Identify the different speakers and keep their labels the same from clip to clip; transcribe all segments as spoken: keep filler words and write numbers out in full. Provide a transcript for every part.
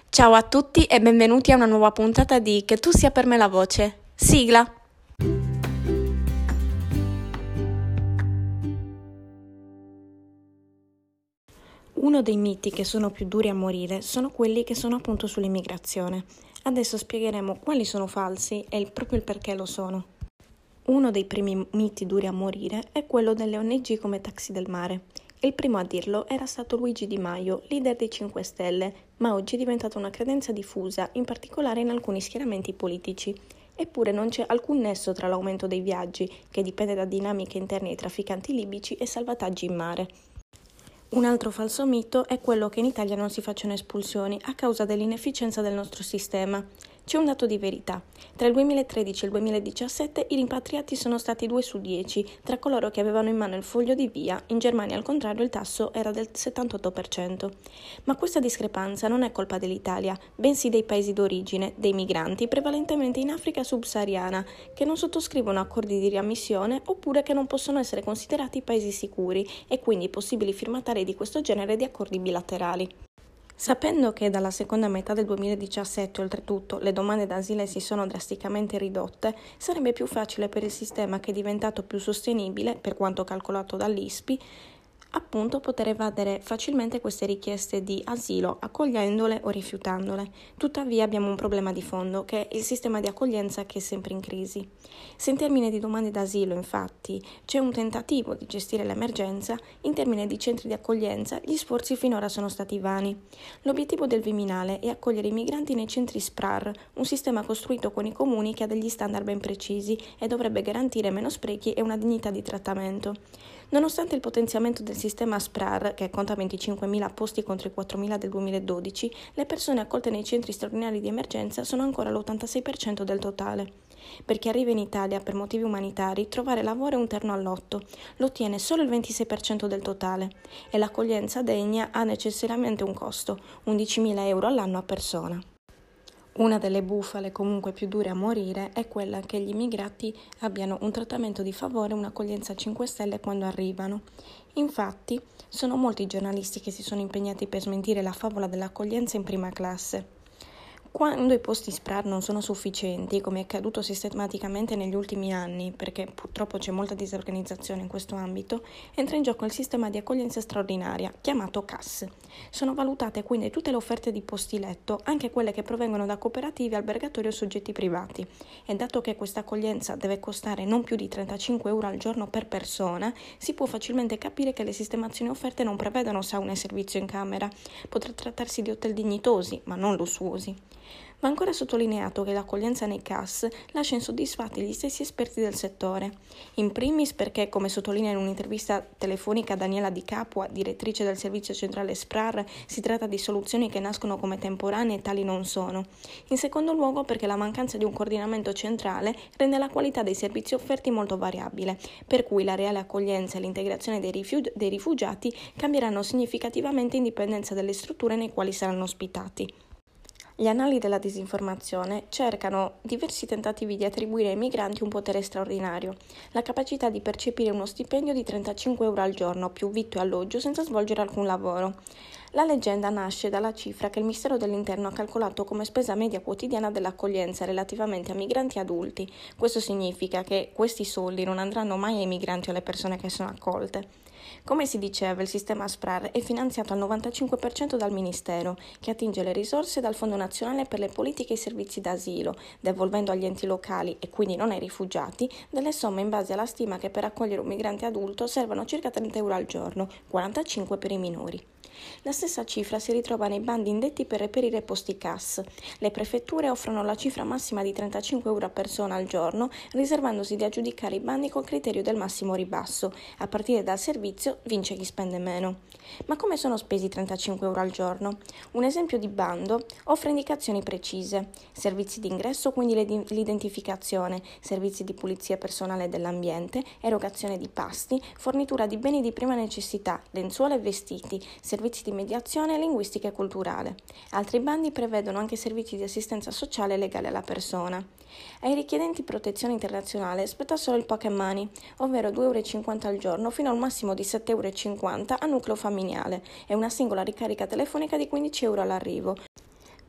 Speaker 1: Ciao a tutti e benvenuti a una nuova puntata di Che tu sia per me la voce. Sigla! Uno dei miti che sono più duri a morire sono quelli che sono appunto sull'immigrazione. Adesso spiegheremo quali sono falsi e il- proprio il perché lo sono. Uno dei primi miti duri a morire è quello delle O N G come Taxi del Mare. Il primo a dirlo era stato Luigi Di Maio, leader dei cinque Stelle, ma oggi è diventata una credenza diffusa, in particolare in alcuni schieramenti politici. Eppure non c'è alcun nesso tra l'aumento dei viaggi, che dipende da dinamiche interne ai trafficanti libici, e salvataggi in mare. Un altro falso mito è quello che in Italia non si facciano espulsioni a causa dell'inefficienza del nostro sistema. C'è un dato di verità. Tra il duemilatredici e il duemiladiciassette i rimpatriati sono stati due su dieci tra coloro che avevano in mano il foglio di via. In Germania, al contrario, il tasso era del settantotto per cento. Ma questa discrepanza non è colpa dell'Italia, bensì dei paesi d'origine, dei migranti, prevalentemente in Africa subsahariana, che non sottoscrivono accordi di riammissione oppure che non possono essere considerati paesi sicuri e quindi possibili firmatari di questo genere di accordi bilaterali. Sapendo che dalla seconda metà del duemiladiciassette, oltretutto, le domande d'asilo si sono drasticamente ridotte, sarebbe più facile per il sistema, che è diventato più sostenibile, per quanto calcolato dall'I S P I, appunto poter evadere facilmente queste richieste di asilo, accogliendole o rifiutandole. Tuttavia abbiamo un problema di fondo, che è il sistema di accoglienza, che è sempre in crisi. Se in termini di domande d'asilo, infatti, c'è un tentativo di gestire l'emergenza, in termini di centri di accoglienza gli sforzi finora sono stati vani. L'obiettivo del Viminale è accogliere i migranti nei centri S P R A R, un sistema costruito con i comuni che ha degli standard ben precisi e dovrebbe garantire meno sprechi e una dignità di trattamento. Nonostante il potenziamento del sistema S P R A R, che conta venticinquemila posti contro i quattromila del duemiladodici, le persone accolte nei centri straordinari di emergenza sono ancora l'ottantasei per cento del totale. Per chi arriva in Italia per motivi umanitari, trovare lavoro è un terno al lotto, lo ottiene solo il ventisei per cento del totale, e l'accoglienza degna ha necessariamente un costo, undicimila euro all'anno a persona. Una delle bufale comunque più dure a morire è quella che gli immigrati abbiano un trattamento di favore, un'accoglienza a cinque stelle quando arrivano. Infatti, sono molti i giornalisti che si sono impegnati per smentire la favola dell'accoglienza in prima classe. Quando i posti S P R A R non sono sufficienti, come è accaduto sistematicamente negli ultimi anni, perché purtroppo c'è molta disorganizzazione in questo ambito, entra in gioco il sistema di accoglienza straordinaria, chiamato C A S. Sono valutate quindi tutte le offerte di posti letto, anche quelle che provengono da cooperative, albergatori o soggetti privati. E dato che questa accoglienza deve costare non più di trentacinque euro al giorno per persona, si può facilmente capire che le sistemazioni offerte non prevedono sauna e servizio in camera. Potrà trattarsi di hotel dignitosi, ma non lussuosi. Va ancora sottolineato che l'accoglienza nei C A S lascia insoddisfatti gli stessi esperti del settore. In primis perché, come sottolinea in un'intervista telefonica Daniela Di Capua, direttrice del servizio centrale S P R A R, si tratta di soluzioni che nascono come temporanee e tali non sono. In secondo luogo perché la mancanza di un coordinamento centrale rende la qualità dei servizi offerti molto variabile, per cui la reale accoglienza e l'integrazione dei, rifu- dei rifugiati cambieranno significativamente in dipendenza dalle strutture nei quali saranno ospitati. Gli annali della disinformazione cercano diversi tentativi di attribuire ai migranti un potere straordinario, la capacità di percepire uno stipendio di trentacinque euro al giorno più vitto e alloggio senza svolgere alcun lavoro. La leggenda nasce dalla cifra che il Ministero dell'Interno ha calcolato come spesa media quotidiana dell'accoglienza relativamente a migranti adulti. Questo significa che questi soldi non andranno mai ai migranti o alle persone che sono accolte. Come si diceva, il sistema S P R A R è finanziato al novantacinque per cento dal Ministero, che attinge le risorse dal Fondo Nazionale per le Politiche e i Servizi d'Asilo, devolvendo agli enti locali, e quindi non ai rifugiati, delle somme in base alla stima che per accogliere un migrante adulto servono circa trenta euro al giorno, quarantacinque per i minori. La stessa cifra si ritrova nei bandi indetti per reperire posti C A S. Le prefetture offrono la cifra massima di trentacinque euro a persona al giorno, riservandosi di aggiudicare i bandi col criterio del massimo ribasso. A partire dal servizio vince chi spende meno. Ma come sono spesi trentacinque euro al giorno? Un esempio di bando offre indicazioni precise: servizi di ingresso, quindi l'identificazione, servizi di pulizia personale dell'ambiente, erogazione di pasti, fornitura di beni di prima necessità, lenzuola e vestiti, servizi di mediazione linguistica e culturale. Altri bandi prevedono anche servizi di assistenza sociale e legale alla persona. Ai richiedenti protezione internazionale spetta solo il pocket money, ovvero due euro e cinquanta al giorno fino a un massimo di sette euro e cinquanta a nucleo familiare, e una singola ricarica telefonica di quindici euro all'arrivo.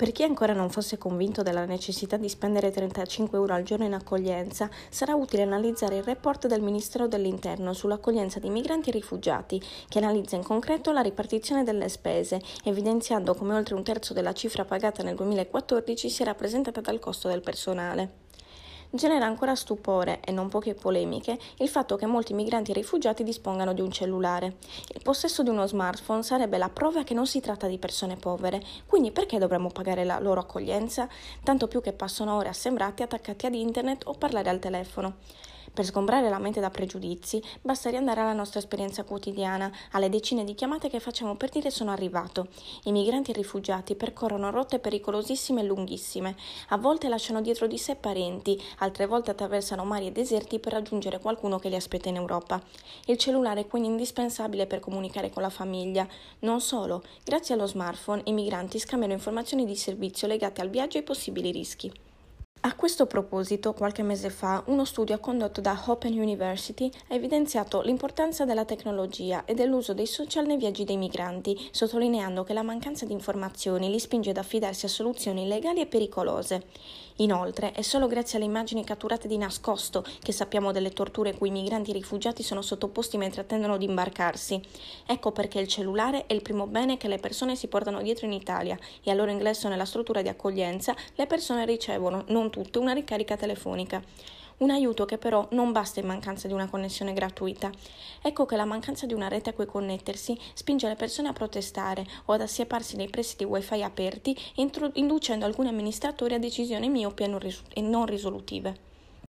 Speaker 1: Per chi ancora non fosse convinto della necessità di spendere trentacinque euro al giorno in accoglienza, sarà utile analizzare il report del Ministero dell'Interno sull'accoglienza di migranti e rifugiati, che analizza in concreto la ripartizione delle spese, evidenziando come oltre un terzo della cifra pagata nel duemilaquattordici sia rappresentata dal costo del personale. Genera ancora stupore e non poche polemiche il fatto che molti migranti e rifugiati dispongano di un cellulare. Il possesso di uno smartphone sarebbe la prova che non si tratta di persone povere, quindi perché dovremmo pagare la loro accoglienza? Tanto più che passano ore assembrati attaccati ad internet o parlare al telefono. Per sgombrare la mente da pregiudizi, basta riandare alla nostra esperienza quotidiana, alle decine di chiamate che facciamo per dire sono arrivato. I migranti e rifugiati percorrono rotte pericolosissime e lunghissime. A volte lasciano dietro di sé parenti, altre volte attraversano mari e deserti per raggiungere qualcuno che li aspetta in Europa. Il cellulare è quindi indispensabile per comunicare con la famiglia. Non solo, grazie allo smartphone i migranti scambiano informazioni di servizio legate al viaggio e ai possibili rischi. A questo proposito, qualche mese fa, uno studio condotto da Open University ha evidenziato l'importanza della tecnologia e dell'uso dei social nei viaggi dei migranti, sottolineando che la mancanza di informazioni li spinge ad affidarsi a soluzioni illegali e pericolose. Inoltre, è solo grazie alle immagini catturate di nascosto che sappiamo delle torture cui i migranti e i rifugiati sono sottoposti mentre attendono di imbarcarsi. Ecco perché il cellulare è il primo bene che le persone si portano dietro in Italia e al loro ingresso nella struttura di accoglienza le persone ricevono, non tutte, una ricarica telefonica. Un aiuto che però non basta in mancanza di una connessione gratuita. Ecco che la mancanza di una rete a cui connettersi spinge le persone a protestare o ad assiepparsi nei presidi wifi aperti, inducendo alcuni amministratori a decisioni miopi e non risolutive.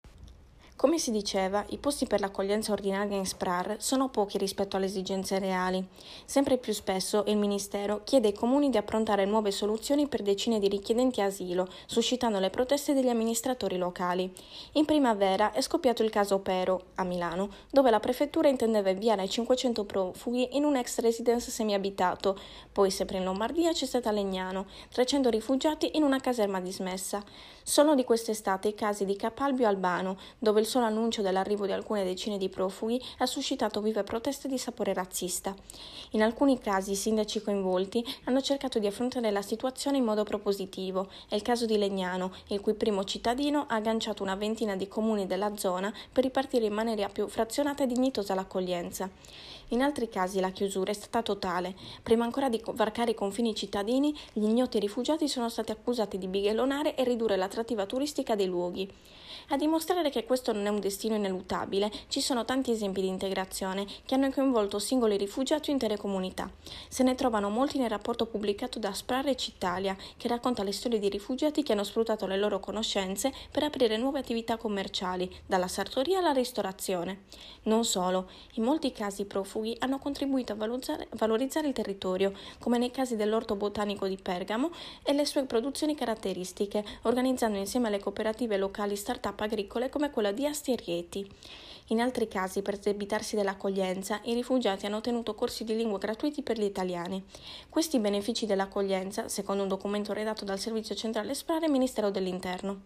Speaker 1: Come si diceva, i posti per l'accoglienza ordinaria in S P R A R sono pochi rispetto alle esigenze reali. Sempre più spesso il Ministero chiede ai comuni di approntare nuove soluzioni per decine di richiedenti asilo, suscitando le proteste degli amministratori locali. In primavera è scoppiato il caso Pero, a Milano, dove la prefettura intendeva inviare cinquecento profughi in un ex residence semiabitato. Poi, sempre in Lombardia, c'è stata Legnano, trecento rifugiati in una caserma dismessa. Sono di quest'estate i casi di Capalbio e Albano, dove il solo annuncio dell'arrivo di alcune decine di profughi ha suscitato vive proteste di sapore razzista. In alcuni casi i sindaci coinvolti hanno cercato di affrontare la situazione in modo propositivo. È il caso di Legnano, il cui primo cittadino ha agganciato una ventina di comuni della zona per ripartire in maniera più frazionata e dignitosa l'accoglienza. In altri casi la chiusura è stata totale. Prima ancora di varcare i confini cittadini, gli ignoti rifugiati sono stati accusati di bighellonare e ridurre l'attrattiva turistica dei luoghi. A dimostrare che questo non è un destino ineluttabile, ci sono tanti esempi di integrazione che hanno coinvolto singoli rifugiati o intere comunità. Se ne trovano molti nel rapporto pubblicato da S P R A R e Citalia, che racconta le storie di rifugiati che hanno sfruttato le loro conoscenze per aprire nuove attività commerciali, dalla sartoria alla ristorazione. Non solo, in molti casi i profughi hanno contribuito a valorizzare, valorizzare il territorio, come nei casi dell'Orto Botanico di Pergamo e le sue produzioni caratteristiche, organizzando insieme alle cooperative locali start-up agricole come quella di Asti e Rieti. In altri casi, per debitarsi dell'accoglienza, i rifugiati hanno tenuto corsi di lingua gratuiti per gli italiani. Questi benefici dell'accoglienza, secondo un documento redatto dal Servizio Centrale S P R A R e Ministero dell'Interno.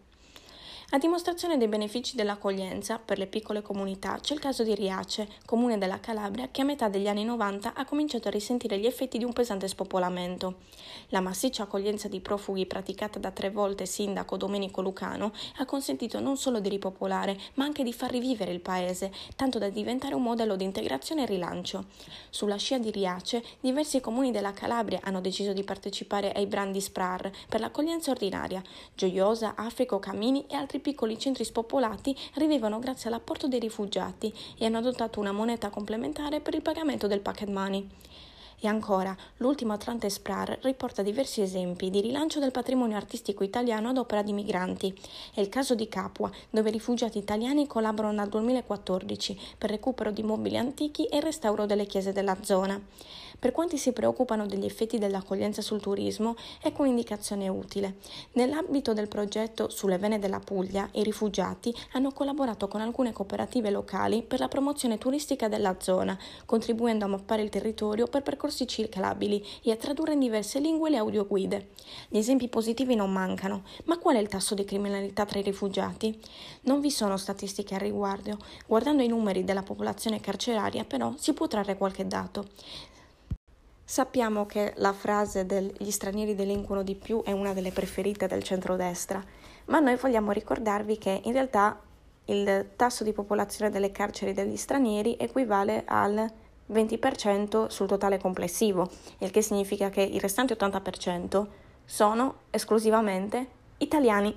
Speaker 1: A dimostrazione dei benefici dell'accoglienza per le piccole comunità c'è il caso di Riace, comune della Calabria che a metà degli anni novanta ha cominciato a risentire gli effetti di un pesante spopolamento. La massiccia accoglienza di profughi praticata da tre volte sindaco Domenico Lucano ha consentito non solo di ripopolare ma anche di far rivivere il paese, tanto da diventare un modello di integrazione e rilancio. Sulla scia di Riace, diversi comuni della Calabria hanno deciso di partecipare ai brandi S P R A R per l'accoglienza ordinaria. Gioiosa, Africo, Camini e altri piccoli centri spopolati rivivono grazie all'apporto dei rifugiati e hanno adottato una moneta complementare per il pagamento del pocket money. E ancora, l'ultimo Atlante S P R A R riporta diversi esempi di rilancio del patrimonio artistico italiano ad opera di migranti. È il caso di Capua, dove i rifugiati italiani collaborano dal duemilaquattordici per recupero di mobili antichi e il restauro delle chiese della zona. Per quanti si preoccupano degli effetti dell'accoglienza sul turismo, ecco un'indicazione utile. Nell'ambito del progetto Sulle vene della Puglia, i rifugiati hanno collaborato con alcune cooperative locali per la promozione turistica della zona, contribuendo a mappare il territorio per percorsi ciclabili e a tradurre in diverse lingue le audioguide. Gli esempi positivi non mancano, ma qual è il tasso di criminalità tra i rifugiati? Non vi sono statistiche al riguardo. Guardando i numeri della popolazione carceraria, però, si può trarre qualche dato. Sappiamo che la frase degli stranieri delinquono di più è una delle preferite del centrodestra, ma noi vogliamo ricordarvi che in realtà il tasso di popolazione delle carceri degli stranieri equivale al venti per cento sul totale complessivo, il che significa che il restante ottanta per cento sono esclusivamente italiani.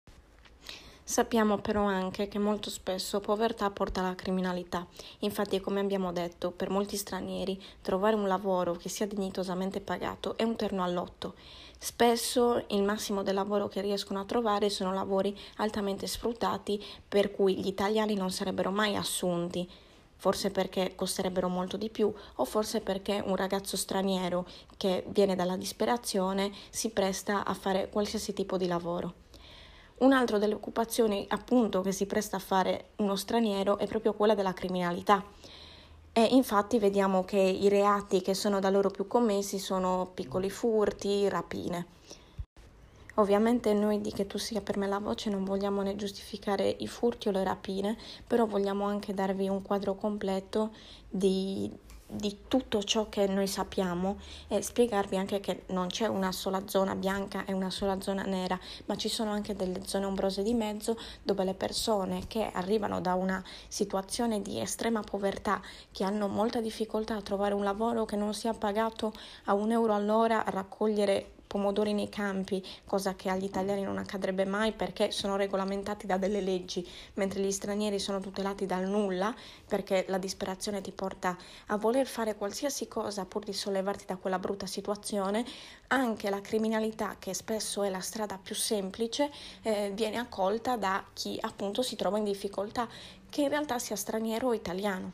Speaker 1: Sappiamo però anche che molto spesso povertà porta alla criminalità. Infatti, come abbiamo detto, per molti stranieri trovare un lavoro che sia dignitosamente pagato è un terno al lotto. Spesso il massimo del lavoro che riescono a trovare sono lavori altamente sfruttati, per cui gli italiani non sarebbero mai assunti, forse perché costerebbero molto di più o forse perché un ragazzo straniero che viene dalla disperazione si presta a fare qualsiasi tipo di lavoro. Un altro delle occupazioni appunto che si presta a fare uno straniero è proprio quella della criminalità. E infatti vediamo che i reati che sono da loro più commessi sono piccoli furti, rapine. Ovviamente noi di Che tu sia per me la voce non vogliamo né giustificare i furti o le rapine, però vogliamo anche darvi un quadro completo di, di tutto ciò che noi sappiamo e spiegarvi anche che non c'è una sola zona bianca e una sola zona nera, ma ci sono anche delle zone ombrose di mezzo dove le persone che arrivano da una situazione di estrema povertà, che hanno molta difficoltà a trovare un lavoro che non sia pagato a un euro all'ora a raccogliere pomodori nei campi, cosa che agli italiani non accadrebbe mai perché sono regolamentati da delle leggi, mentre gli stranieri sono tutelati dal nulla perché la disperazione ti porta a voler fare qualsiasi cosa pur di sollevarti da quella brutta situazione. Anche la criminalità, che spesso è la strada più semplice, eh, viene accolta da chi appunto si trova in difficoltà, che in realtà sia straniero o italiano.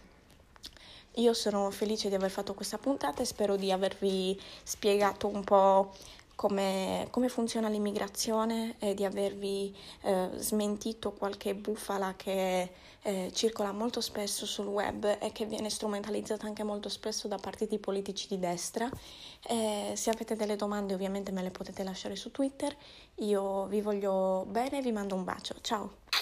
Speaker 1: Io sono felice di aver fatto questa puntata e spero di avervi spiegato un po' come, come funziona l'immigrazione e di avervi eh, smentito qualche bufala che eh, circola molto spesso sul web e che viene strumentalizzata anche molto spesso da partiti politici di destra. Eh, se avete delle domande ovviamente me le potete lasciare su Twitter. Io vi voglio bene e vi mando un bacio. Ciao!